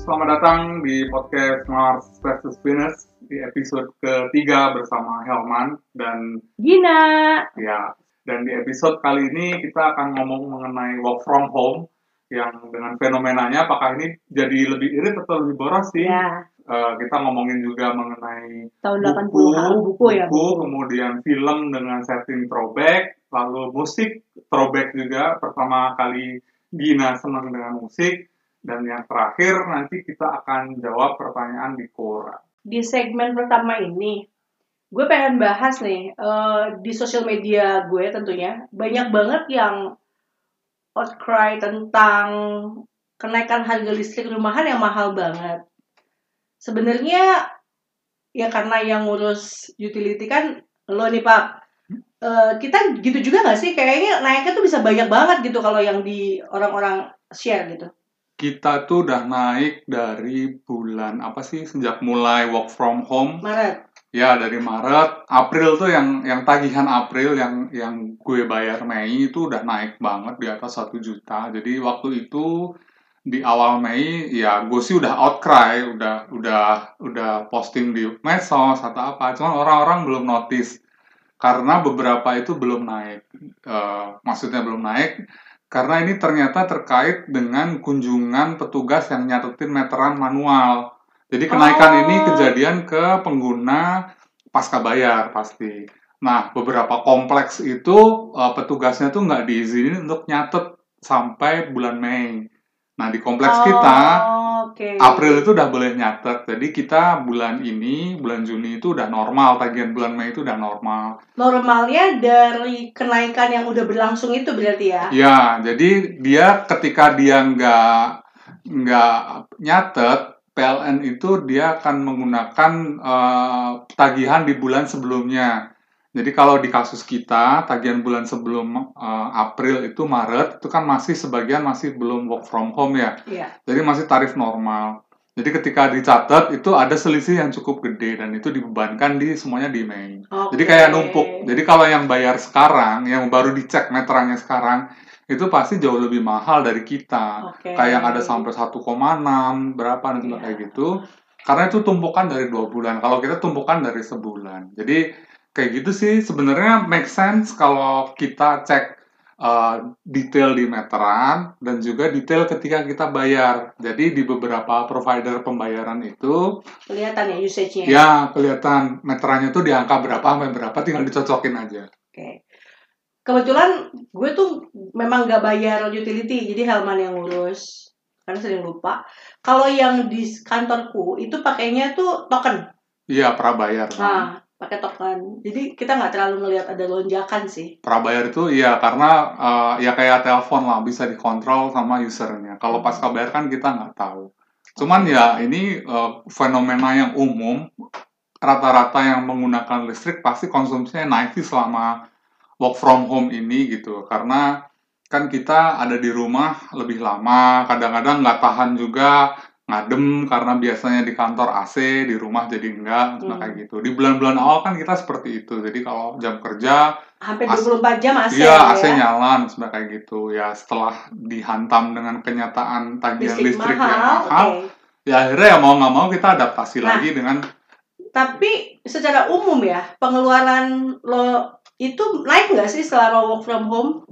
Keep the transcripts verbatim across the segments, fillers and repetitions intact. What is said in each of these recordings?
selamat datang di podcast Mars versus Venus di episode ketiga bersama Helman dan Gina. Ya, dan di episode kali ini kita akan ngomong mengenai work from home yang dengan fenomenanya apakah ini jadi lebih irit atau lebih boros sih? Ya. Uh, kita ngomongin juga mengenai tahun buku, delapan puluhan buku, buku, ya, buku, kemudian film dengan setting throwback, lalu musik throwback juga. Pertama kali Gina senang dengan musik. Dan yang terakhir nanti kita akan jawab pertanyaan di Quora. Di segmen pertama ini, gue pengen bahas nih, uh, di sosial media gue tentunya, banyak banget yang outcry tentang kenaikan harga listrik rumahan yang mahal banget. Sebenarnya, ya karena yang ngurus utility kan lo nih Pak, uh, kita gitu juga gak sih? Kayaknya naiknya tuh bisa banyak banget gitu kalau yang di orang-orang share gitu. Kita tuh udah naik dari bulan apa sih sejak mulai work from home? Maret. Ya dari Maret, April tuh yang yang tagihan April yang yang gue bayar Mei itu udah naik banget di atas satu juta. Jadi waktu itu di awal Mei ya gue sih udah outcry, udah udah udah posting di medsos atau apa. Cuman orang-orang belum notice karena beberapa itu belum naik. Uh, maksudnya belum naik. Karena ini ternyata terkait dengan kunjungan petugas yang nyatetin meteran manual. Jadi kenaikan oh. ini kejadian ke pengguna pasca bayar pasti. Nah, beberapa kompleks itu uh, petugasnya tuh nggak diizinin untuk nyatet sampai bulan Mei. Nah, di kompleks oh, kita, okay. April itu udah boleh nyatet. Jadi kita bulan ini, bulan Juni itu udah normal, tagihan bulan Mei itu udah normal. Normalnya dari kenaikan yang udah berlangsung itu berarti ya? Ya, jadi dia ketika dia nggak nggak nyatet, P L N itu dia akan menggunakan uh, tagihan di bulan sebelumnya. Jadi kalau di kasus kita, tagihan bulan sebelum uh, April itu Maret, itu kan masih sebagian masih belum work from home ya. Yeah. Jadi masih tarif normal. Jadi ketika dicatat itu ada selisih yang cukup gede dan itu dibebankan di semuanya di Mei. Okay. Jadi kayak numpuk. Jadi kalau yang bayar sekarang, yang baru dicek meterannya sekarang, itu pasti jauh lebih mahal dari kita. Okay. Kayak ada sampai satu koma enam berapa dan yeah. kayak gitu. Karena itu tumpukan dari dua bulan. Kalau kita tumpukan dari sebulan. Jadi kayak gitu sih sebenarnya make sense kalau kita cek uh, detail di meteran dan juga detail ketika kita bayar. Jadi di beberapa provider pembayaran itu kelihatan ya usage-nya. Ya, kelihatan meterannya tuh di angka berapa sampai berapa tinggal dicocokin aja. Oke. Okay. Kebetulan gue tuh memang gak bayar utility, jadi Helman yang ngurus. Karena sering lupa. Kalau yang di kantorku itu pakainya tuh token. Iya, prabayar. Nah, pakai token. Jadi kita nggak terlalu ngelihat ada lonjakan sih. Prabayar itu iya karena uh, ya kayak telepon lah bisa dikontrol sama usernya. Kalau pasca bayar kan kita nggak tahu. Cuman ya ini uh, fenomena yang umum. Rata-rata yang menggunakan listrik pasti konsumsinya naik sih selama work from home ini gitu. Karena kan kita ada di rumah lebih lama. Kadang-kadang nggak tahan juga ngadem karena biasanya di kantor A C, di rumah jadi enggak, hmm. kayak gitu. Di bulan-bulan awal kan kita seperti itu. Jadi kalau jam kerja hampir dua puluh empat jam A C. Iya, A C ya? Nyala, sebenarnya kayak gitu. Ya setelah dihantam dengan kenyataan tagihan listrik, listrik mahal, yang mahal, okay. ya akhirnya ya mau nggak mau kita adaptasi nah, lagi dengan. Tapi secara umum ya, pengeluaran lo itu naik nggak sih selama work from home?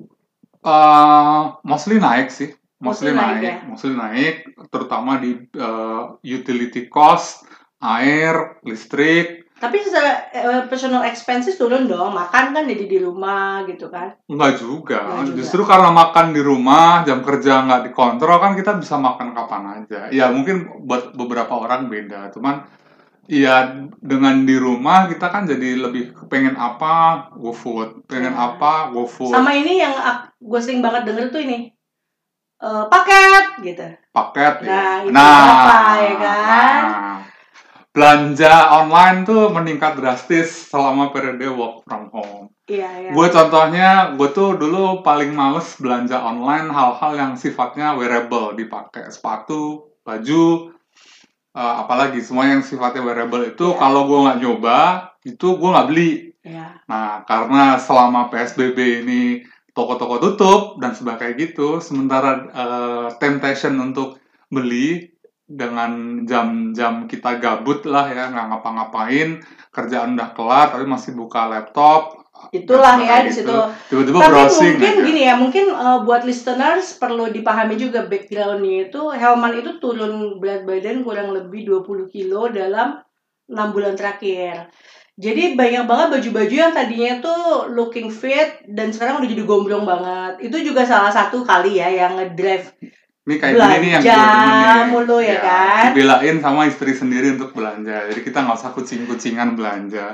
Uh, mostly naik sih. Mostly, mostly naik, naik ya? mostly naik, terutama di uh, utility cost, air, listrik. Tapi secara uh, personal expenses turun dong, makan kan jadi di rumah gitu kan? Enggak juga. Enggak juga, justru karena makan di rumah, jam kerja nggak dikontrol kan kita bisa makan kapan aja. Ya mungkin buat beberapa orang beda, cuman ya dengan di rumah kita kan jadi lebih pengen apa, go food, pengen ya. apa, go food. Sama ini yang gue sering banget denger tuh ini. Uh, paket gitu. Paket nah, ya. Itu nah, berapa ya kan? Nah, belanja online tuh meningkat drastis selama periode work from home. Iya, iya. Gue contohnya, gue tuh dulu paling males belanja online hal-hal yang sifatnya wearable, dipakai sepatu, baju, uh, apalagi semua yang sifatnya wearable itu yeah. kalau gue nggak nyoba itu gue nggak beli. Yeah. Nah, karena selama P S B B ini toko-toko tutup dan sebagainya gitu, sementara uh, temptation untuk beli dengan jam-jam kita gabut lah ya, nggak ngapa-ngapain, kerjaan udah kelar tapi masih buka laptop. Itulah ya di gitu. situ. Tiba-tiba Tapi browsing mungkin aja. gini ya, mungkin uh, buat listeners perlu dipahami juga background-nya itu Helman itu turun berat badan kurang lebih dua puluh kilo dalam enam bulan terakhir. Jadi banyak banget baju-baju yang tadinya tuh looking fit dan sekarang udah jadi gombrong banget. Itu juga salah satu kali ya yang ngedrive Ini kayak gini nih yang gue demen nih. belanja mulu ya, kan? Dibelain sama istri sendiri untuk belanja. Jadi kita nggak usah kucing-kucingan belanja.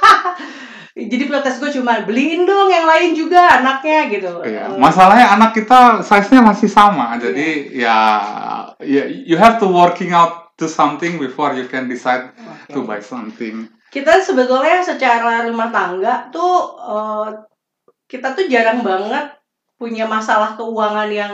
Jadi protes gue cuma beliin dong yang lain juga anaknya gitu. Iya. Uh, Masalahnya anak kita size-nya masih sama. Jadi ya, ya you have to working out to something before you can decide okay. to buy something. Kita sebetulnya secara rumah tangga tuh uh, kita tuh jarang banget punya masalah keuangan yang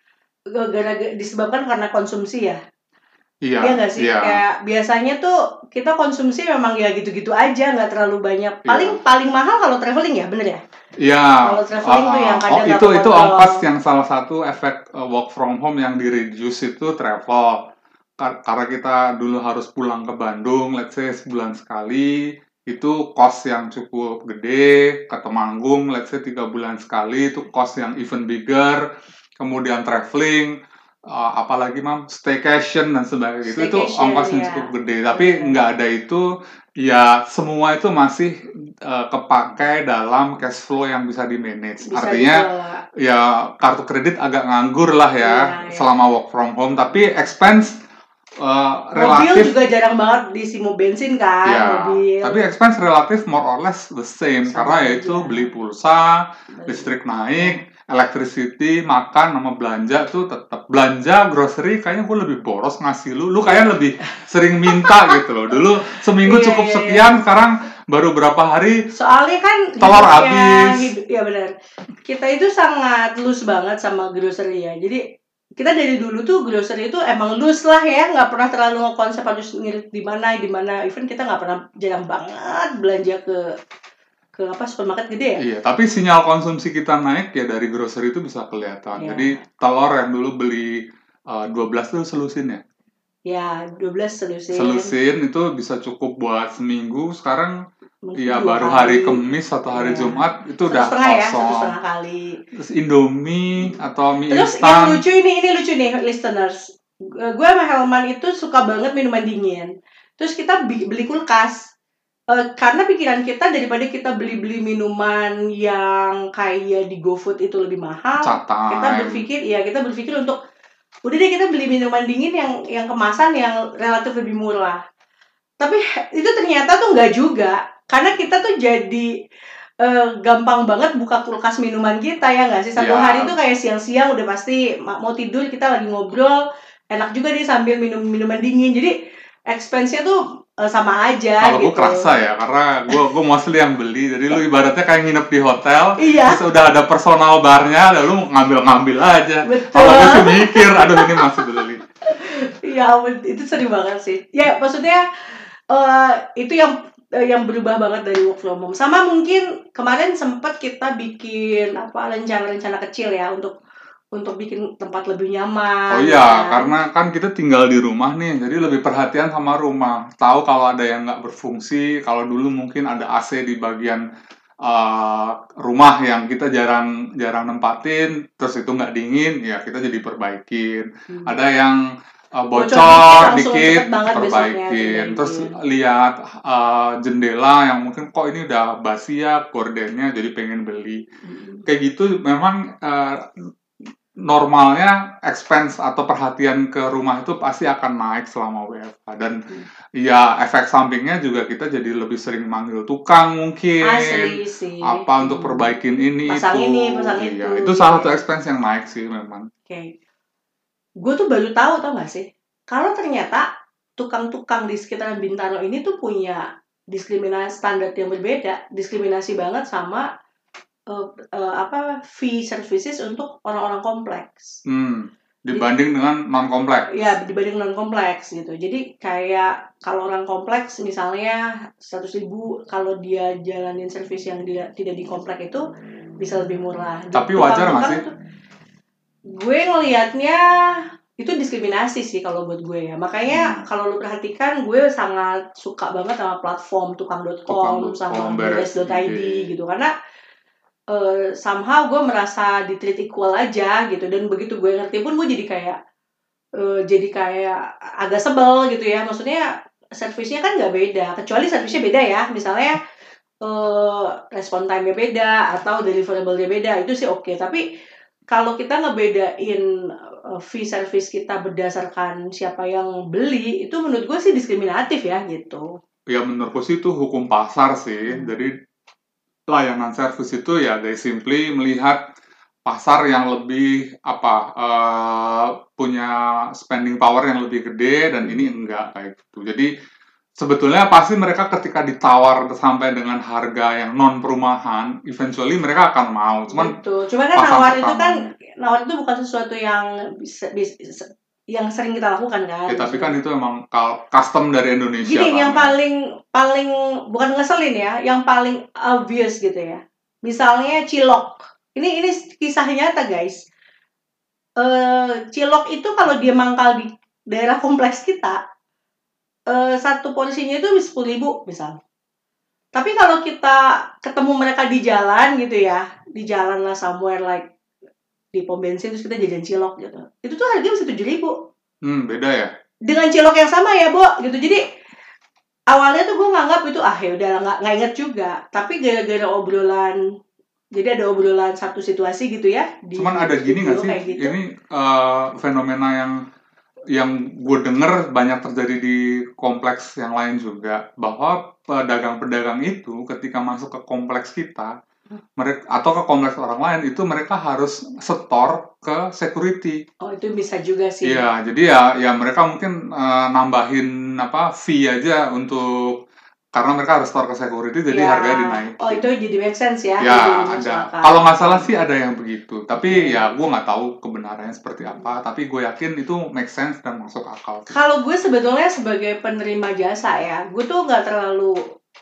gara-gara disebabkan karena konsumsi ya. Iya, iya nggak sih? Iya. Kayak biasanya tuh kita konsumsi memang ya gitu-gitu aja, nggak terlalu banyak. Paling iya. paling mahal kalau traveling ya, bener ya? Iya. Kalau traveling uh, tuh yang kadang oh, itu itu ongkos yang salah satu efek uh, work from home yang di reduce itu travel. Kar- karena kita dulu harus pulang ke Bandung, let's say sebulan sekali, itu cost yang cukup gede. Ke Temanggung, let's say tiga bulan sekali, itu cost yang even bigger. Kemudian traveling. Uh, apalagi mam staycation dan sebagainya itu itu ongkosnya ya. Cukup gede tapi yeah. Nggak ada itu ya semua itu masih uh, kepakai dalam cash flow yang bisa di manage bisa artinya dibawa. Ya kartu kredit agak nganggur lah ya yeah, selama yeah. work from home tapi expense uh, mobil relatif juga jarang banget diisi mau bensin kan ya, mobil tapi expense relatif more or less the same sama karena yaitu beli pulsa listrik naik electricity, makan, sama belanja tuh tetap belanja grocery kayaknya gue lebih boros ngasih lu, lu kayaknya lebih sering minta gitu loh. Dulu seminggu yeah, cukup yeah, sekian, yeah. Sekarang baru berapa hari. Soalnya kan telur habis. Hidup, ya benar. Kita itu sangat loose banget sama grocery ya. Jadi kita dari dulu tuh grocery itu emang loose lah ya, nggak pernah terlalu ngekonsep harus ngirit di mana di mana. Even kita nggak pernah jarang banget belanja ke ke apa supermarket gede ya? Iya, tapi sinyal konsumsi kita naik ya dari grocery itu bisa kelihatan. Yeah. Jadi telur yang dulu beli uh, dua belas tuh selusin ya? Ya, dua belas selusin. Selusin itu bisa cukup buat seminggu. Sekarang mungkin ya baru hari, hari Kamis atau hari yeah. Jumat itu satu udah kosong. Ya, satu setengah kali. Terus Indomie atau mie Terus instan. Yang lucu ini, ini lucu nih listeners. Gue sama Helman itu suka banget minuman dingin. Terus kita beli kulkas. Uh, karena pikiran kita daripada kita beli-beli minuman yang kayak di GoFood itu lebih mahal, Catai. kita berpikir ya kita berpikir untuk udah deh kita beli minuman dingin yang yang kemasan yang relatif lebih murah. Tapi itu ternyata tuh nggak juga, karena kita tuh jadi uh, gampang banget buka kulkas minuman kita ya nggak sih satu ya. Hari tuh kayak siang-siang udah pasti mau tidur kita lagi ngobrol, enak juga nih sambil minum minuman dingin. Jadi expense-nya tuh sama aja. Kalau gitu. Gue kerasa ya, karena gue gue mostly yang beli. Jadi lu ibaratnya kayak nginep di hotel, iya. Terus udah ada personal barnya, lalu ngambil-ngambil aja. Kalau gue sih mikir, aduh ini masih beli. Iya, itu sering banget sih. Ya maksudnya uh, itu yang uh, yang berubah banget dari work from home. Sama mungkin kemarin sempat kita bikin apa rencana-rencana kecil ya untuk untuk bikin tempat lebih nyaman. Oh iya, kan? Karena kan kita tinggal di rumah nih, jadi lebih perhatian sama rumah. Tahu kalau ada yang nggak berfungsi, kalau dulu mungkin ada A C di bagian uh, rumah yang kita jarang jarang nempatin, terus itu nggak dingin, ya kita jadi perbaikin. Hmm. Ada yang uh, bocor, bocor dikit, perbaikin. Terus lihat uh, jendela yang mungkin kok ini udah basi ya gordennya, jadi pengen beli. Hmm. Kayak gitu memang. Uh, Normalnya expense atau perhatian ke rumah itu pasti akan naik selama W F H dan hmm. ya efek sampingnya juga kita jadi lebih sering manggil tukang mungkin asli sih apa hmm. untuk perbaikin ini pasang itu ini pasang ya, itu itu salah satu expense yang naik sih memang. Oke, okay. Gue tuh baru tahu tau gak sih kalau ternyata tukang-tukang di sekitaran Bintaro ini tuh punya diskriminasi standar yang berbeda, diskriminasi banget sama Uh, uh, apa fee services untuk orang-orang kompleks. Hmm, dibanding Jadi, dengan non kompleks. Ya, dibanding non kompleks gitu. Jadi kayak kalau orang kompleks misalnya seratus ribu kalau dia jalanin servis yang dia, tidak di komplek itu bisa lebih murah. Tapi wajar nggak sih? Tuh, gue ngelihatnya itu diskriminasi sih kalau buat gue ya. Makanya hmm. kalau lu perhatikan, gue sangat suka banget sama platform tukang dot com sama beres dot i d gitu, karena uh, somehow gue merasa di treat equal aja gitu. Dan begitu gue ngerti pun gue jadi kayak uh, jadi kayak agak sebel gitu ya. Maksudnya servisnya kan nggak beda, kecuali servisnya beda ya, misalnya uh, respon time-nya beda atau deliverable-nya beda, itu sih oke. Okay. Tapi kalau kita ngebedain fee service kita berdasarkan siapa yang beli, itu menurut gue sih diskriminatif ya gitu. Ya menurutku sih itu hukum pasar sih. Hmm. Jadi layanan service itu ya they simply melihat pasar yang lebih apa uh, punya spending power yang lebih gede dan ini enggak kayak gitu. Jadi sebetulnya pasti mereka ketika ditawar sampai dengan harga yang non perumahan, eventually mereka akan mau. Cuman Betul. Cuman kan nawar itu kan nawar itu bukan sesuatu yang bisa, bisa yang sering kita lakukan kan. Ya, tapi kan itu emang custom dari Indonesia. Gini, kan, yang ya. paling paling bukan ngeselin ya, yang paling obvious gitu ya. Misalnya cilok. Ini ini kisah nyata guys. Uh, cilok itu kalau dia mangkal di daerah kompleks kita, Uh, satu porsinya itu sepuluh ribu misal. Tapi kalau kita ketemu mereka di jalan gitu ya, di jalan lah somewhere like di pom bensin terus kita jajan cilok gitu, itu tuh harganya bisa tujuh ribu. Hmm, beda ya? Dengan cilok yang sama ya, Bo, gitu. Jadi awalnya tuh gue nganggap itu ah ya udah nggak nggak inget juga. Tapi gara-gara obrolan, jadi ada obrolan satu situasi gitu ya. Di Cuman ada gini nggak sih? Gitu. Ini uh, fenomena yang yang gue denger banyak terjadi di kompleks yang lain juga, bahwa pedagang-pedagang itu ketika masuk ke kompleks kita mereka atau ke kompleks orang lain itu mereka harus setor ke security. Oh, itu bisa juga sih. Iya, jadi ya ya mereka mungkin uh, nambahin apa fee aja untuk karena mereka harus store ke security, jadi ya. Harganya dinaikin. Oh, itu jadi make sense ya? Ya, ada. Kalau nggak salah sih ada yang begitu. Tapi ya gue nggak tahu kebenarannya seperti apa. Tapi gue yakin itu make sense dan masuk akal. Kalau gue sebetulnya sebagai penerima jasa ya, gue tuh nggak terlalu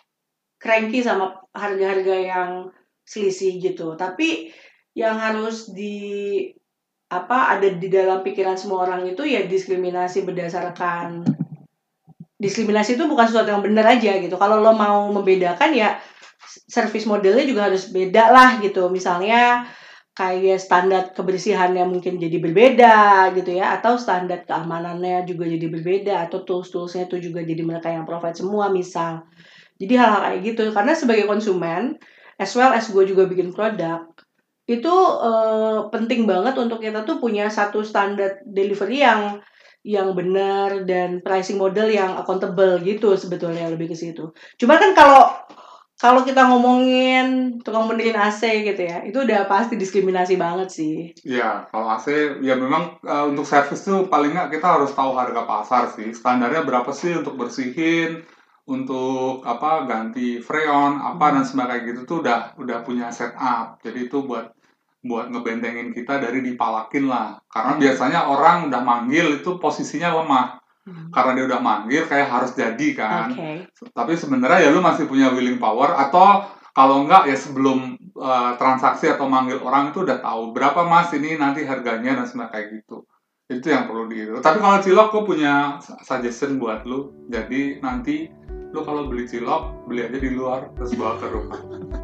cranky sama harga-harga yang selisih gitu. Tapi yang harus di apa ada di dalam pikiran semua orang itu ya diskriminasi berdasarkan diskriminasi itu bukan sesuatu yang benar aja gitu. Kalau lo mau membedakan ya service modelnya juga harus beda lah gitu. Misalnya kayak standar kebersihannya mungkin jadi berbeda gitu ya, atau standar keamanannya juga jadi berbeda, atau tools-toolsnya itu juga jadi mereka yang provide semua misal. Jadi hal-hal kayak gitu. Karena sebagai konsumen, as well as gue juga bikin produk, itu uh, penting banget untuk kita tuh punya satu standar delivery yang yang benar dan pricing model yang accountable gitu sebetulnya, lebih ke situ. Cuma kan kalau kalau kita ngomongin tukang benerin A C gitu ya, itu udah pasti diskriminasi banget sih. Iya, kalau A C ya memang uh, untuk service tuh paling nggak kita harus tahu harga pasar sih. Standarnya berapa sih untuk bersihin, untuk apa ganti freon apa hmm. dan sebagainya gitu tuh udah udah punya setup. Jadi itu buat buat ngebentengin kita dari dipalakin lah. Karena biasanya orang udah manggil itu posisinya lemah. Hmm. Karena dia udah manggil kayak harus jadi kan. Okay. Tapi sebenarnya ya lu masih punya willing power, atau kalau enggak ya sebelum uh, transaksi atau manggil orang itu udah tahu berapa mas ini nanti harganya dan sebagainya kayak gitu. Itu yang perlu di itu. Tapi kalau cilok gue punya suggestion buat lu. Jadi nanti lu kalau beli cilok beli aja di luar terus bawa ke rumah.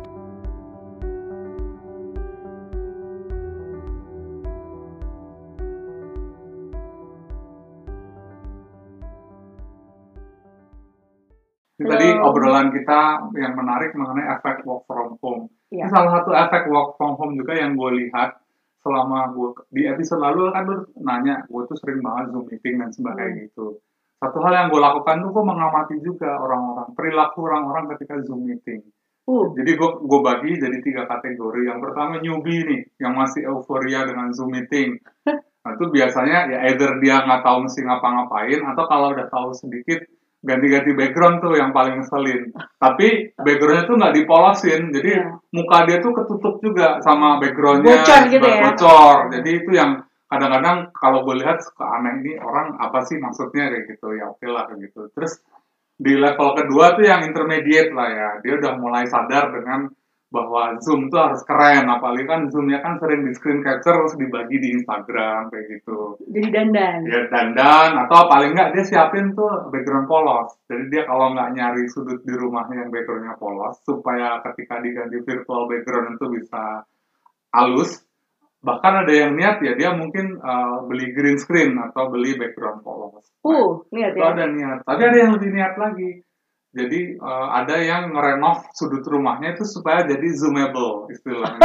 Tadi obrolan kita yang menarik mengenai efek work from home. Ya. Salah satu efek work from home juga yang gue lihat selama gue di episode lalu kan lu nanya, gue tuh sering banget Zoom meeting dan sebagainya hmm. gitu. Satu hal yang gue lakukan tuh gue mengamati juga orang-orang, perilaku orang-orang ketika Zoom meeting. Uh. Jadi gue gue bagi jadi tiga kategori. Yang pertama newbie nih, yang masih euforia dengan Zoom meeting. Nah itu biasanya ya either dia nggak tahu mesti ngapa-ngapain, atau kalau udah tahu sedikit ganti-ganti background tuh yang paling ngeselin. Tapi backgroundnya tuh nggak dipolosin, jadi yeah. muka dia tuh ketutup juga sama backgroundnya. Bocor gitu ya. Bocor. Jadi itu yang kadang-kadang kalau gue lihat suka aneh, ini orang apa sih maksudnya kayak gitu. Ya oke lah kayak gitu. Terus di level kedua tuh yang intermediate lah ya. Dia udah mulai sadar dengan bahwa Zoom tuh harus keren, apalagi kan Zoom-nya kan sering di screen capture terus dibagi di Instagram kayak gitu. Jadi dandan. Ya dandan atau paling nggak dia siapin tuh background polos. Jadi dia kalau nggak nyari sudut di rumahnya yang backgroundnya polos supaya ketika diganti virtual background itu bisa halus. Bahkan ada yang niat ya dia mungkin uh, beli green screen atau beli background polos. Uh, niat Itu ya. ada niat. Tapi ada yang lebih niat lagi. Jadi uh, ada yang ngerenov sudut rumahnya itu supaya jadi zoomable istilahnya.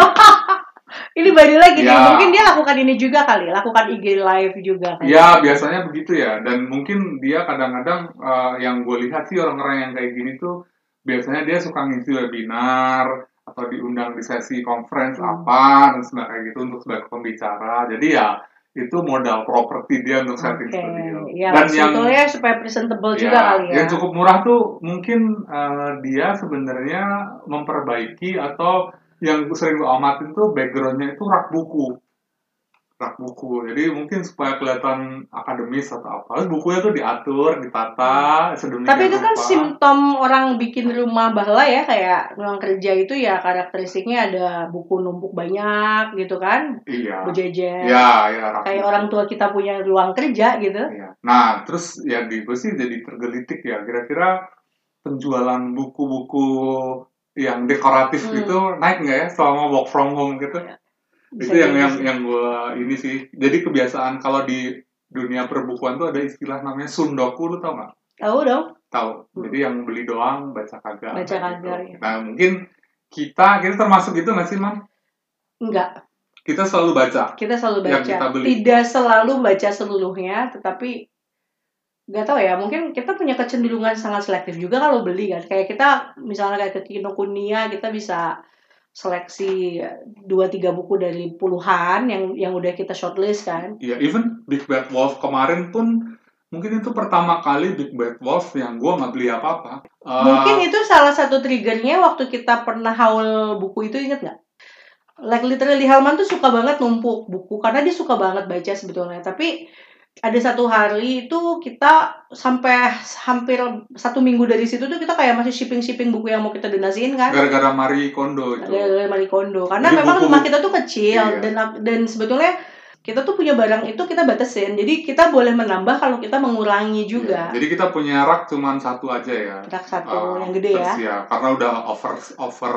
Ini balik lagi nih, Ya. mungkin dia lakukan ini juga kali, lakukan I G live juga kan. Ya biasanya begitu ya. Dan mungkin dia kadang-kadang uh, yang gue lihat sih orang-orang yang kayak gini tuh biasanya dia suka ngisi webinar atau diundang di sesi conference Hmm. apa dan sebagainya kayak gitu untuk sebagai pembicara. Jadi ya itu modal properti dia untuk setting Oke, studio. ya Dan yang sebetulnya supaya presentable ya, juga kali ya. yang cukup murah tuh mungkin uh, dia sebenarnya memperbaiki atau yang sering gue amatin tuh backgroundnya itu rak buku. Rak buku. Jadi mungkin supaya kelihatan akademis atau apa. Terus bukunya tuh diatur, ditata sedemikian Tapi itu kan rupa. simptom orang bikin rumah bahla ya, kayak ruang kerja itu ya karakteristiknya ada buku numpuk banyak gitu kan, Iya. berjejer. Iya, iya. rak Kayak buku. orang tua kita punya ruang kerja gitu. Iya. Nah, terus ya di gue sih jadi tergelitik ya. Kira-kira penjualan buku-buku yang dekoratif Hmm. gitu naik nggak ya selama work from home gitu? Bisa Itu yang jadi yang sih. yang gue ini sih. Jadi kebiasaan kalau di dunia perbukuan tuh ada istilah namanya sundoku, lu tau nggak? Tahu dong? Tahu. Hmm. Jadi yang beli doang baca kagak. Baca kayak kagak, gitu. ya. Nah mungkin kita kita termasuk itu nggak sih, Man? Enggak. Kita selalu baca. Kita selalu Yang baca. kita beli. Tidak selalu baca seluruhnya, tetapi nggak tahu ya, mungkin kita punya kecenderungan sangat selektif juga kalau beli kan. Kayak kita misalnya kayak ke Kinokuniya, kita bisa seleksi dua tiga buku dari puluhan yang yang udah kita shortlist kan. Iya, even Big Bad Wolf kemarin pun mungkin itu pertama kali Big Bad Wolf yang gue nggak beli apa-apa. Uh, Mungkin itu salah satu triggernya waktu kita pernah haul buku itu, inget nggak? Like literally Halman tuh suka banget numpuk buku karena dia suka banget baca sebetulnya. Tapi ada satu hari itu kita sampai hampir satu minggu dari situ tuh kita kayak masih shipping-shipping buku yang mau kita donasiin kan. Gara-gara Marie Kondo itu. Gara-gara Marie Kondo. Karena Jadi memang buku- rumah kita tuh kecil Iya. dan dan sebetulnya kita tuh punya barang itu kita batasin. Jadi kita boleh menambah kalau kita mengurangi juga. Iya, jadi kita punya rak cuman satu aja ya. Rak satu Uh, yang gede ya. terus ya. Karena udah over over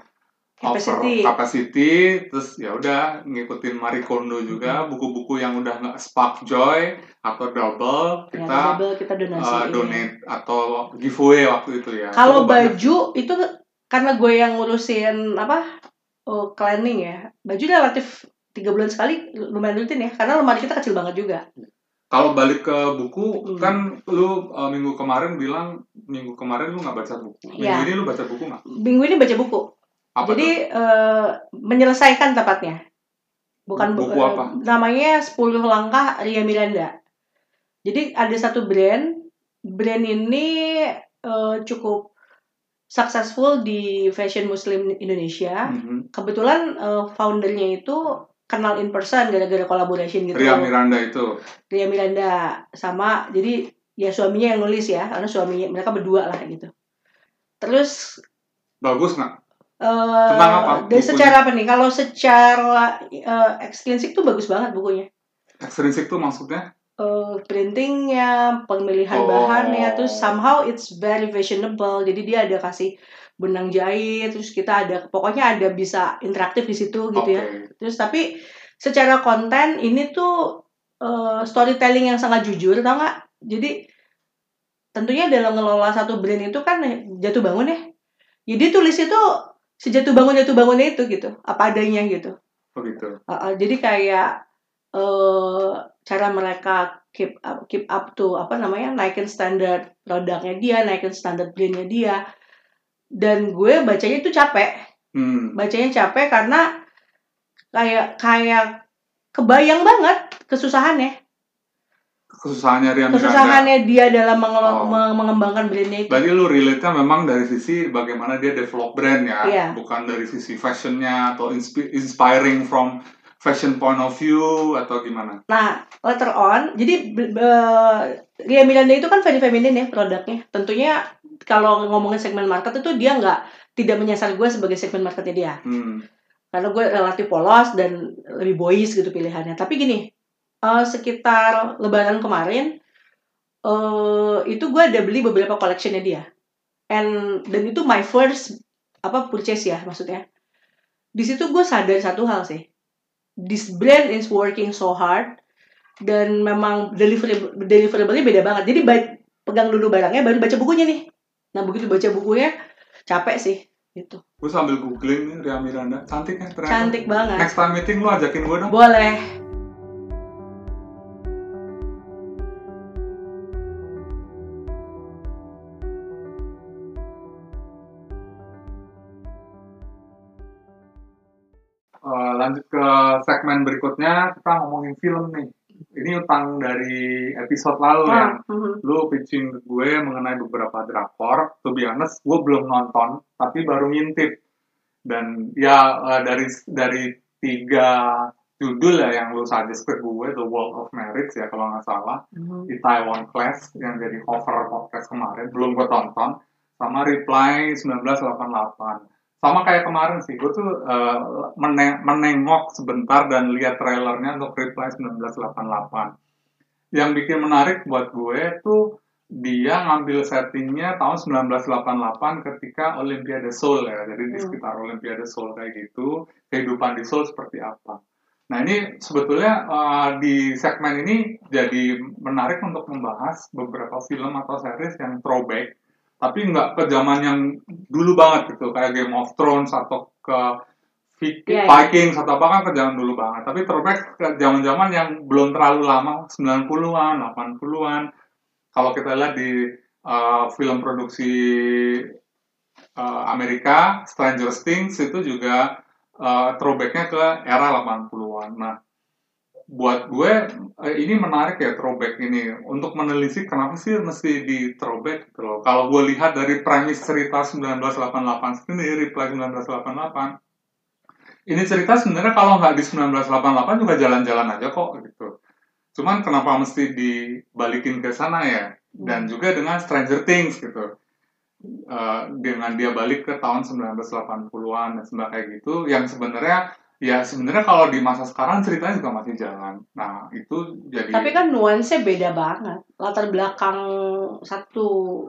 Capacity. over capacity, terus ya udah ngikutin Marie Kondo juga, buku-buku yang udah nggak Spark Joy atau Double Yang kita double kita uh, donasiin. donate atau giveaway waktu itu ya. Kalau Cukup banyak. baju itu karena gue yang ngurusin apa oh, cleaning ya, baju relatif tiga bulan sekali lumayan rutin ya, karena lemari kita kecil banget juga. Kalau balik ke buku, Hmm. kan lu uh, minggu kemarin bilang minggu kemarin lu nggak baca buku. Minggu Ya. ini lu baca buku nggak? Minggu ini baca buku. Apa Jadi tuh? eh, menyelesaikan tepatnya. Bukan Buku eh, apa? namanya sepuluh langkah Ria Miranda. Jadi ada satu brand, brand ini eh, cukup successful di fashion muslim Indonesia. Mhm. Kebetulan eh, foundernya itu kenal in person gara-gara collaboration gitu. Ria Miranda itu. Ria Miranda sama, jadi ya suaminya yang nulis ya, karena suaminya mereka berdua lah gitu. Terus Bagus nggak? Uh, Tentang apa dan bukunya? secara apa nih? Kalau secara uh, ekstrinsik tuh bagus banget bukunya. Ekstrinsik tuh maksudnya? Uh, printingnya, pemilihan Oh. bahannya, terus somehow it's very fashionable. Jadi dia ada kasih benang jahit, terus kita ada, pokoknya ada bisa interaktif di situ gitu Oke. ya. Terus tapi secara konten ini tuh uh, storytelling yang sangat jujur, tau nggak? Jadi tentunya dalam ngelola satu brand itu kan jatuh bangun ya. Jadi tulis itu sejatuh bangun jatuh bangunnya itu gitu, apa adanya gitu. Oh gitu. Uh, uh, jadi kayak uh, cara mereka keep up, keep up to apa namanya naikin standar produknya dia, naikin standar brandnya dia. Dan gue bacanya itu capek, Hmm. bacanya capek karena kayak kayak kebayang banget kesusahannya, Kesusahannya Ria Miranda. kesusahannya dia dalam mengelo- Oh. meng- mengembangkan brandnya itu. Berarti lu relate-nya memang dari sisi bagaimana dia develop brand ya, Iya. bukan dari sisi fashionnya atau inspi- inspiring from fashion point of view atau gimana? Nah, later on, jadi uh, Ria Miranda itu kan very feminine ya produknya. Tentunya kalau ngomongin segmen market itu dia nggak tidak menyasar gue sebagai segmen marketnya dia. Hmm. Karena gue relatif polos dan lebih boys gitu pilihannya. Tapi gini, uh, sekitar Lebaran kemarin, uh, itu gue ada beli beberapa collectionnya dia. And dan itu my first apa purchase ya maksudnya. Di situ gue sadar satu hal sih. This brand is working so hard dan memang deliverable deliverable-nya beda banget. Jadi ba- pegang dulu barangnya baru baca bukunya nih. Nah, begitu baca bukunya capek sih gitu. Gue sambil googling nih Ria Miranda, cantik kan ternyata. Cantik banget. Next time meeting lu ajakin gue dong. Boleh. Uh, lanjut ke segmen berikutnya, kita ngomongin film nih. Ini utang dari episode lalu Ah, ya. mhm. Lu pitching ke gue mengenai beberapa drakor. To be honest, gue belum nonton, tapi baru ngintip. Dan ya uh, dari dari tiga judul ya yang lu suggest ke gue, The World of Marriage ya kalau nggak salah, Mhm. di Taiwan Class yang jadi cover podcast kemarin, belum gue tonton, sama Reply seribu sembilan ratus delapan puluh delapan. Sama kayak kemarin sih, gue tuh uh, mene- menengok sebentar dan lihat trailernya untuk Reply seribu sembilan ratus delapan puluh delapan. Yang bikin menarik buat gue tuh dia ngambil settingnya tahun seribu sembilan ratus delapan puluh delapan ketika Olimpiade Seoul ya. Jadi di Hmm. sekitar Olimpiade Seoul kayak gitu, kehidupan di Seoul seperti apa. Nah ini sebetulnya uh, di segmen ini jadi menarik untuk membahas beberapa film atau series yang throwback, tapi nggak ke zaman yang dulu banget gitu, kayak Game of Thrones atau ke Viking, Iya, iya. Vikings atau apa kan ke zaman dulu banget. Tapi throwback ke zaman-zaman yang belum terlalu lama, sembilan puluhan, delapan puluhan. Kalau kita lihat di uh, film produksi uh, Amerika, Stranger Things itu juga uh, throwbacknya ke era delapan puluhan. Nah, buat gue eh, ini menarik ya throwback ini untuk menelisik kenapa sih mesti di throwback gitu loh. Kalau gue lihat dari premis cerita seribu sembilan ratus delapan puluh delapan sendiri, Reply seribu sembilan ratus delapan puluh delapan, ini cerita sebenarnya kalau nggak di seribu sembilan ratus delapan puluh delapan juga jalan-jalan aja kok gitu. Cuman kenapa mesti dibalikin ke sana ya? Dan juga dengan Stranger Things gitu. Uh, dengan dia balik ke tahun sembilan ratus delapan puluhan dan sebagainya kayak gitu, yang sebenarnya ya sebenarnya kalau di masa sekarang ceritanya juga masih jalan. Nah itu jadi. Tapi kan nuansanya beda banget. Latar belakang satu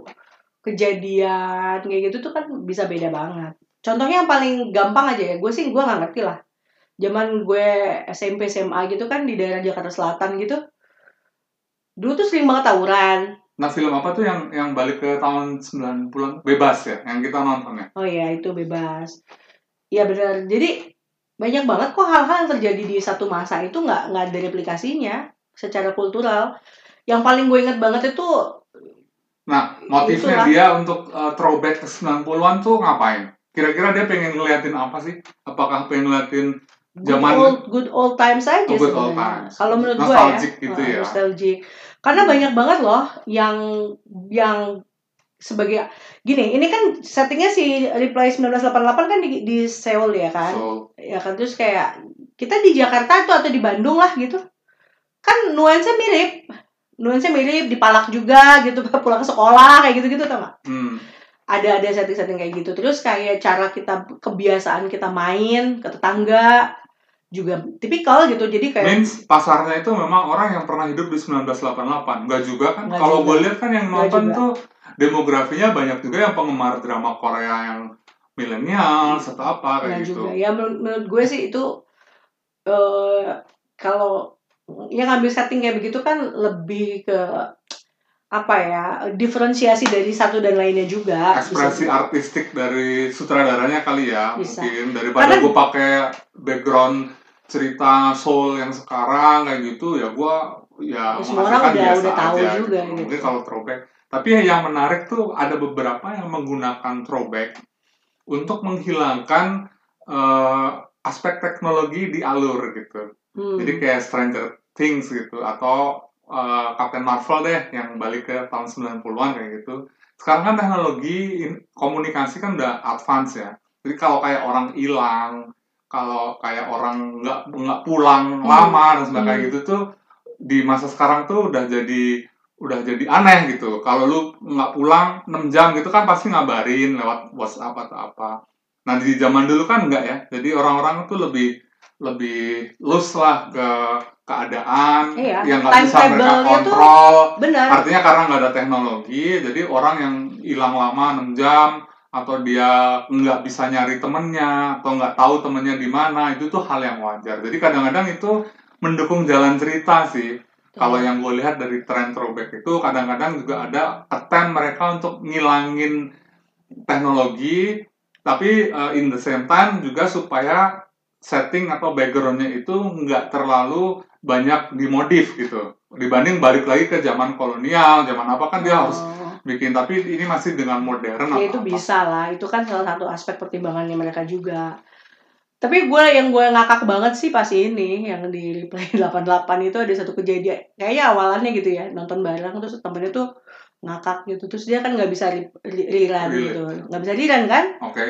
kejadian kayak gitu tuh kan bisa beda banget. Contohnya yang paling gampang aja ya, gue sih gue nggak ngerti lah. Zaman gue S M P S M A gitu kan di daerah Jakarta Selatan gitu, dulu tuh sering banget tawuran. Nah film apa tuh yang yang balik ke tahun sembilan puluhan bebas ya, yang kita nonton ya? Oh iya itu bebas. Iya benar. Jadi banyak banget kok hal-hal yang terjadi di satu masa itu nggak nggak ada replikasinya secara kultural. Yang paling gue inget banget itu. Nah motifnya Itulah. dia untuk uh, throwback ke sembilan puluhan tuh ngapain? Kira-kira dia pengen ngeliatin apa sih? Apakah pengen ngeliatin zaman good old, good old times aja oh, good old sebenarnya. times. Kalau menurut gue ya, Nostalgic gitu uh, ya. nostalgic. Karena banyak banget loh yang yang sebagai gini, ini kan settingnya si Reply seribu sembilan ratus delapan puluh delapan kan di, di Seoul ya kan, So, ya kan terus kayak kita di Jakarta tuh atau di Bandung lah gitu, kan nuansa mirip, nuansa mirip di Palak juga gitu, pulang sekolah kayak gitu-gitu tau gak? hmm. Ada ada setting-setting kayak gitu, terus kayak cara kita kebiasaan kita main ke tetangga juga tipikal gitu, jadi kayak means pasarnya itu memang orang yang pernah hidup di seribu sembilan ratus delapan puluh delapan. Enggak juga kan? Nggak Kalau juga. gue lihat kan yang Nggak nonton juga. tuh demografinya banyak juga yang penggemar drama Korea yang milenial atau apa kayak nggak gitu. juga. Ya menurut, menurut gue sih itu uh, kalau yang ngambil setting kayak begitu kan lebih ke apa ya, diferensiasi dari satu dan lainnya juga. Ekspresi bisa artistik dari sutradaranya kali ya, Bisa. mungkin daripada Karena- gue pakai background cerita soul yang sekarang kayak gitu ya gue ya Ya, semua orang menghasilkan udah- biasa udah tahu aja juga gitu. gitu. Mungkin kalau throwback, tapi yang menarik tuh ada beberapa yang menggunakan throwback untuk menghilangkan uh, aspek teknologi di alur gitu. Hmm. Jadi kayak Stranger Things gitu atau uh, Captain Marvel deh yang balik ke tahun sembilan puluhan kayak gitu. Sekarang kan teknologi in, komunikasi kan udah advance ya. Jadi kalau kayak orang hilang, kalau kayak orang nggak nggak pulang Hmm. lama dan sebagainya Hmm. gitu tuh di masa sekarang tuh udah jadi udah jadi aneh gitu. Kalau lu nggak pulang enam jam gitu kan pasti ngabarin lewat WhatsApp atau apa. Nah di zaman dulu kan enggak ya. Jadi orang-orang tuh lebih lebih loose lah ke keadaan Iya, yang nggak bisa mereka timetable-nya tuh kontrol. benar. Artinya karena nggak ada teknologi, jadi orang yang hilang lama enam jam atau dia nggak bisa nyari temennya atau nggak tahu temennya di mana, itu tuh hal yang wajar. Jadi kadang-kadang itu mendukung jalan cerita sih. Kalau Tuh. yang gue lihat dari tren throwback itu kadang-kadang juga ada attempt mereka untuk ngilangin teknologi, tapi uh, in the same time juga supaya setting atau backgroundnya itu nggak terlalu banyak dimodif gitu. Dibanding balik lagi ke zaman kolonial, zaman apa kan dia harus Oh, bikin, tapi ini masih dengan modern ya atau itu apa. bisa lah. Itu kan salah satu aspek pertimbangannya mereka juga. Tapi gue yang gue ngakak banget sih pas ini yang di Replay delapan puluh delapan itu ada satu kejadian kayaknya awalannya gitu ya, nonton bareng terus temennya tuh ngakak gitu, terus dia kan nggak bisa re- re- rerun Really? gitu, nggak bisa rerun kan, Oke.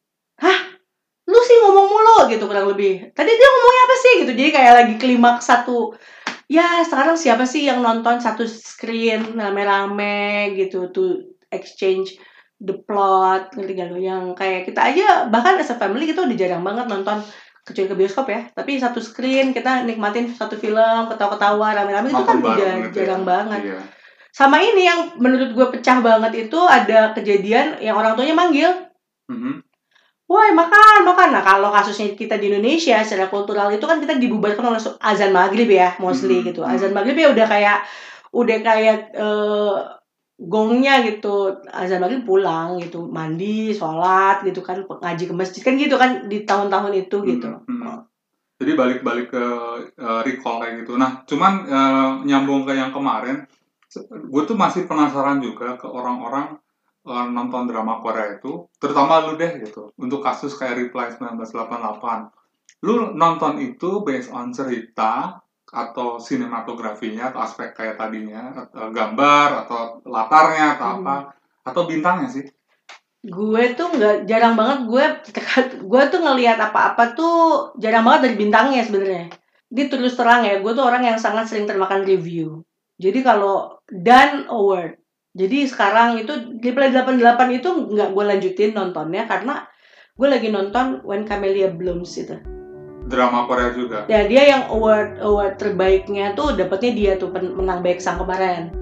lu sih ngomong mulu gitu kurang lebih, tadi dia ngomongnya apa sih gitu, jadi kayak lagi klimaks satu, ya sekarang siapa sih yang nonton satu screen rame-rame gitu tuh exchange the plot, ngerti gak lu, yang kayak kita aja bahkan as a family kita udah jarang banget nonton kecuali ke bioskop ya, tapi satu screen kita nikmatin satu film ketawa-ketawa rame-rame itu kan Nonton udah bareng gitu ya. jarang banget. Iya. Sama ini yang menurut gue pecah banget itu ada kejadian yang orang tuanya manggil, Mhm. woi makan makan. Nah kalau kasusnya kita di Indonesia secara kultural itu kan kita dibubarkan oleh su- azan maghrib ya mostly Mhm, gitu. mhm. Azan maghrib ya udah kayak udah kayak eh, gongnya gitu. Azan maghrib pulang gitu, mandi, sholat gitu kan, ngaji ke masjid kan gitu kan di tahun-tahun itu gitu. Mhm, mhm. Jadi balik-balik ke uh, recall kayak gitu. Nah, cuman uh, nyambung ke yang kemarin, gue tuh masih penasaran juga ke orang-orang uh, nonton drama Korea itu, terutama lu deh gitu, untuk kasus kayak Reply seribu sembilan ratus delapan puluh delapan. Lu nonton itu based on cerita atau sinematografinya atau aspek kayak tadinya, atau gambar atau latarnya atau apa, atau bintangnya sih? Gue tuh nggak, jarang banget gue gue tuh ngelihat apa-apa tuh jarang banget dari bintangnya sebenarnya. Di terus terang ya, gue tuh orang yang sangat sering termakan review. Jadi kalau dan award. Jadi sekarang itu di Play delapan puluh delapan itu nggak gue lanjutin nontonnya karena gue lagi nonton When Camellia Blooms itu. Drama Korea juga. Ya dia yang award award terbaiknya tuh dapatnya dia tuh pen- menang baik sang kemarin.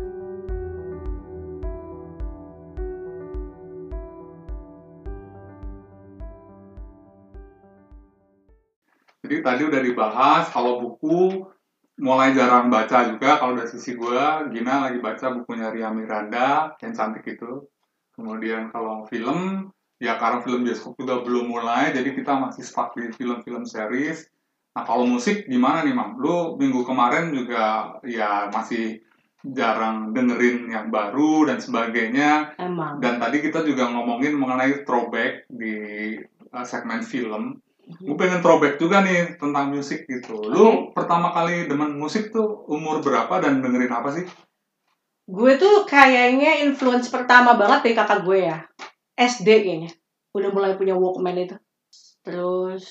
Jadi tadi udah dibahas kalau buku mulai jarang baca juga. Kalau dari sisi gue, Gina lagi baca bukunya Ria Miranda yang cantik itu. Kemudian kalau film, ya karena film bioskop juga belum mulai, jadi kita masih stuck di film-film series. Nah kalau musik gimana nih Mang? Lu minggu kemarin juga ya masih jarang dengerin yang baru dan sebagainya. Emang. Dan tadi kita juga ngomongin mengenai throwback di uh, segmen film. Gue pengen throwback juga nih tentang musik gitu. Lu pertama kali demen musik tuh umur berapa dan dengerin apa sih? Gue tuh kayaknya influence pertama banget dari kakak gue ya. S D kayaknya. Udah mulai punya Walkman itu. Terus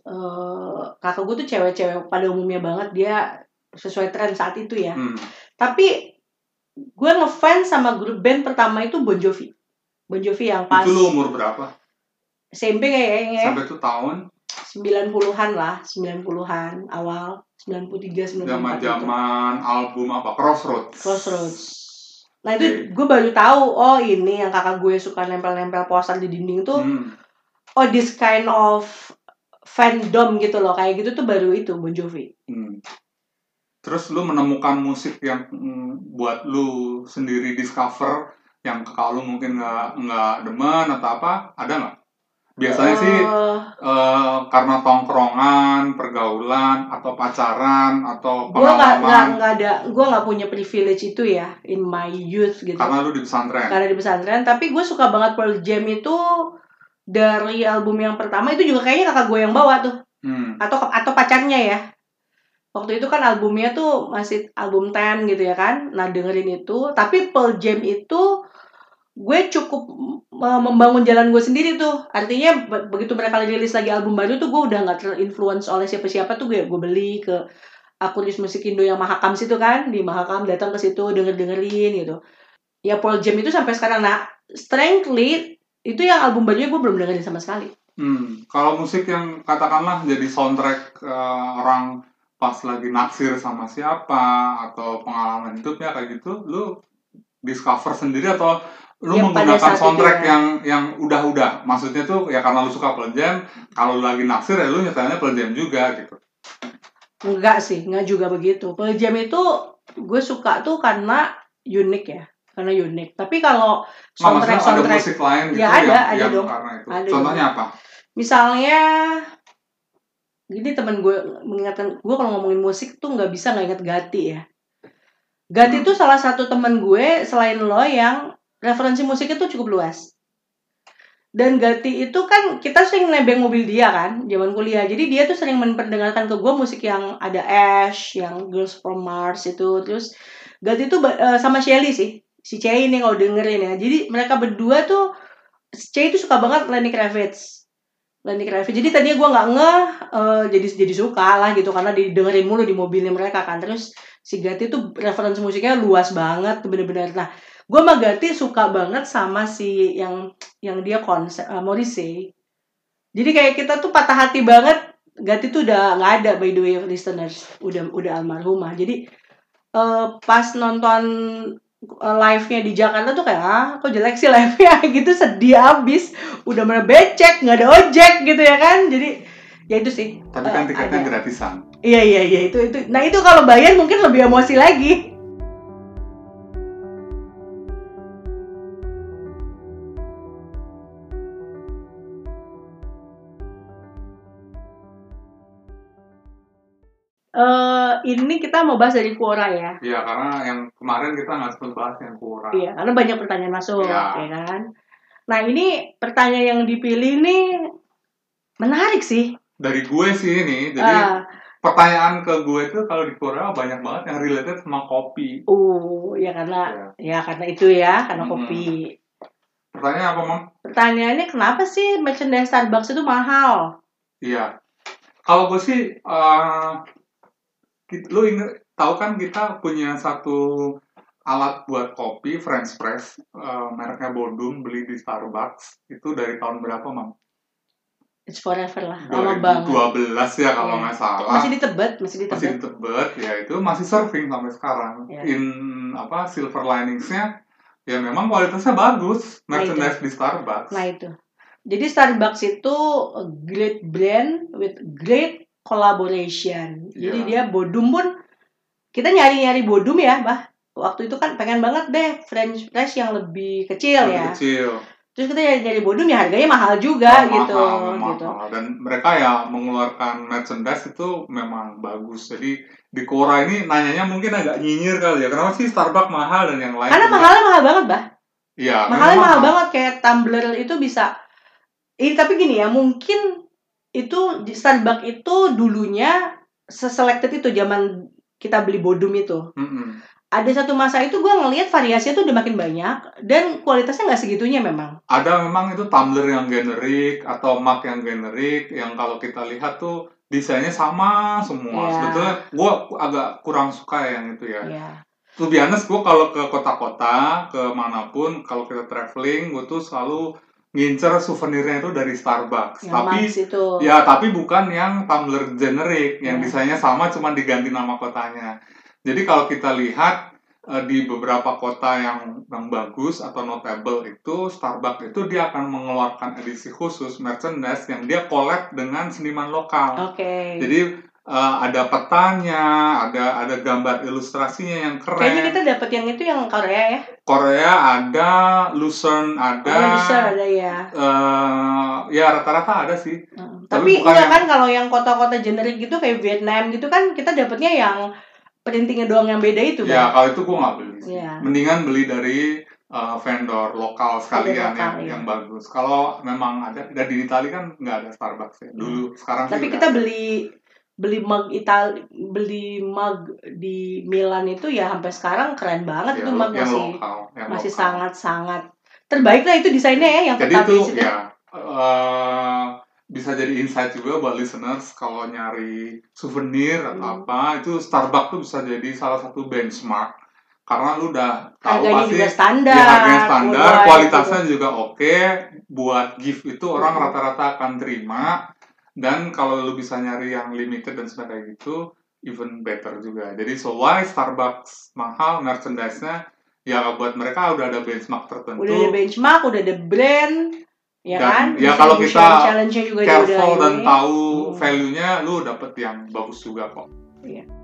uh, kakak gue tuh cewek-cewek pada umumnya banget. Dia sesuai tren saat itu ya. Hmm. Tapi gue ngefans sama grup band pertama itu Bon Jovi. Bon Jovi yang pas Itu lu umur berapa? S M P kayaknya. Sampai itu tahun? sembilan puluhan lah. sembilan puluhan awal. sembilan puluh tiga, sembilan puluh empat gitu. Zaman-zaman album apa? Crossroads. Crossroads. Nah itu okay. Gue baru tahu, oh ini yang kakak gue suka nempel-nempel poster di dinding tuh, hmm. oh this kind of fandom gitu loh, kayak gitu tuh baru itu Bon Jovi. Hmm. Terus lu menemukan musik yang mm, buat lu sendiri discover, yang kakak lu mungkin nggak nggak demen atau apa, ada nggak? Biasanya uh, sih uh, karena tongkrongan, pergaulan, atau pacaran, atau pengalaman. Gue nggak nggak ada, gue nggak punya privilege itu ya in my youth gitu. Karena lu di pesantren. Karena di pesantren, tapi gue suka banget Pearl Jam itu dari album yang pertama itu juga kayaknya kakak gue yang bawa tuh, hmm. atau atau pacarnya ya. Waktu itu kan albumnya tuh masih album ten gitu ya kan, nah dengerin itu, tapi Pearl Jam itu gue cukup membangun jalan gue sendiri tuh. Artinya begitu mereka rilis lagi album baru tuh gue udah nggak terinfluence oleh siapa-siapa tuh, gue gue beli ke akuris musik Indo yang Mahakam situ kan, di Mahakam datang ke situ denger-dengerin gitu. Ya Pearl Jam itu sampai sekarang. Nah, Strangely itu yang album barunya gue belum dengerin sama sekali. Hmm, kalau musik yang katakanlah jadi soundtrack uh, orang pas lagi naksir sama siapa atau pengalaman hidupnya kayak gitu, lu discover sendiri atau lu Yang pada menggunakan saat soundtrack itu ya. yang yang udah-udah? Maksudnya tuh ya karena lu suka Pearl Jam, kalau lu lagi naksir ya lu nyetelnya Pearl Jam juga gitu. Enggak sih, enggak juga begitu. Pearl Jam itu gue suka tuh karena unik ya, karena unik. Tapi kalau Nah, maksudnya soundtrack ada soundtrack musik lain gitu ya ada, yang, ada yang dong. karena itu. Ada Contohnya juga. apa? Misalnya, gini temen gue mengingatkan gue kalau ngomongin musik tuh nggak bisa nggak inget Gati ya. Gati Hmm. tuh salah satu temen gue selain lo yang referensi musiknya tuh cukup luas. Dan Gati itu kan kita sering nebeng mobil dia kan zaman kuliah. Jadi dia tuh sering memperdengarkan ke gue musik yang ada Ash, yang Girls from Mars itu. Terus Gati tuh uh, sama Shelly sih. Si Cey ini kalau dengerin ya. Jadi mereka berdua tuh, Cey itu suka banget Lenny Kravitz. Lenny Kravitz. Jadi tadinya gue nggak ngeh, uh, jadi jadi suka lah gitu karena didengerin mulu di mobilnya mereka kan. Terus si Gati tuh referensi musiknya luas banget, bener-bener. Nah, gue sama Gati suka banget sama si yang yang dia konser uh, Morrissey. Jadi kayak kita tuh patah hati banget. Gati tuh udah nggak ada by the way listeners, udah udah almarhumah. Jadi uh, pas nonton uh, live-nya di Jakarta tuh kayak ah kok jelek sih live-nya gitu, sedih abis. Udah mana becek, nggak ada ojek gitu ya kan. Jadi ya itu sih. Tapi kan uh, tiketnya ada. gratisan. Iya iya iya itu itu. Nah itu kalau bayar mungkin lebih emosi lagi. Uh, ini kita mau bahas dari Quora ya. Iya, karena yang kemarin kita nggak sempat bahas yang Quora. Iya, karena banyak pertanyaan masuk, ya. ya kan. Nah ini pertanyaan yang dipilih nih menarik sih. Dari gue sih ini, jadi uh, pertanyaan ke gue itu kalau di Quora banyak banget yang related sama kopi. Oh, ya karena ya, ya karena itu ya, karena hmm. kopi. Pertanyaan apa, Mam? Pertanyaannya kenapa sih merchandise Starbucks itu mahal? Iya. Kalau gue sih uh, lu inget, tahu kan kita punya satu alat buat kopi French press, uh, mereknya Bodum, beli di Starbucks itu dari tahun berapa, Mam? It's forever lah, lama banget. dua ribu dua belas ya kalau nggak yeah. salah. Masih di Tebet, masih di Tebet. Masih di Tebet, ya itu masih surfing sampai sekarang. Yeah. In apa silver linings-nya, ya memang kualitasnya bagus, merchandise nah di Starbucks. Nah itu. Jadi Starbucks itu a great brand with great collaboration. Yeah. Jadi dia Bodum pun, kita nyari-nyari Bodum ya, bah. Waktu itu kan pengen banget deh French press yang lebih kecil lebih ya. Kecil. Terus kita nyari-nyari Bodum ya harganya mahal juga oh, gitu. Mahal, gitu. Mahal. Dan mereka ya mengeluarkan merchandise itu memang bagus. Jadi di Quora ini nanyanya mungkin agak nyinyir kali ya. Kenapa sih Starbucks mahal dan yang lain? Karena juga mahalnya mahal banget, bah. Iya. Mahalnya mahal. mahal banget kayak tumbler itu bisa. Ini tapi gini ya, mungkin itu di Starbucks itu dulunya seselected itu zaman kita beli Bodum itu. Mm-hmm. Ada satu masa itu gue ngelihat variasinya tuh udah makin banyak dan kualitasnya nggak segitunya memang. Ada memang itu tumbler yang generik atau mug yang generik yang kalau kita lihat tuh desainnya sama semua. Yeah. Sebetulnya gue agak kurang suka yang itu ya. Yeah. To be honest, gue kalau ke kota-kota, ke manapun, kalau kita traveling, gue tuh selalu ngincer souvenirnya itu dari Starbucks. Yang tapi itu. Ya tapi bukan yang tumbler generik yang yeah. desainnya sama cuma diganti nama kotanya. Jadi kalau kita lihat uh, di beberapa kota yang yang bagus atau notable itu Starbucks itu dia akan mengeluarkan edisi khusus merchandise yang dia collab dengan seniman lokal. Oke. Okay. Jadi uh, ada petanya, ada ada gambar ilustrasinya yang keren. Kayaknya kita dapat yang itu yang Korea ya. Korea ada, Lucerne ada. Oh, Lucerne ada ya. Uh, ya rata-rata ada sih. Hmm. Tapi, Tapi enggak yang... kan kalau yang kota-kota generik gitu kayak Vietnam gitu kan kita dapatnya yang printingnya doang yang beda itu. Ya, kalau itu gue nggak beli sih. Ya. Mendingan beli dari uh, vendor lokal sekalian lokal, yang, ya. yang bagus. Kalau memang ada, dan di Italia kan nggak ada Starbucks ya. Dulu, ya. Sekarang Tapi sih kita beli beli mug Itali, beli mug di Milan itu ya sampai sekarang keren banget ya, itu mug masih lokal, masih sangat-sangat terbaik lah itu desainnya ya yang Jadi itu ya uh, bisa jadi insight juga buat listeners kalau nyari souvenir atau Hmm. apa, itu Starbucks tuh bisa jadi salah satu benchmark karena lu udah tahu Harganya pasti juga standar, ya harganya standar, worldwide kualitasnya gitu. juga oke, buat gift itu orang Mm-mm. rata-rata akan terima, dan kalau lu bisa nyari yang limited dan sebagainya gitu even better juga. Jadi so why Starbucks mahal merchandise-nya, ya buat mereka udah ada benchmark tertentu. Udah ada benchmark, udah ada brand, ya Dan kan? ya kalau kita Distribution challenge-nya juga dia udah careful dan ini. tahu Hmm. value-nya, lu dapet yang bagus juga kok. Iya.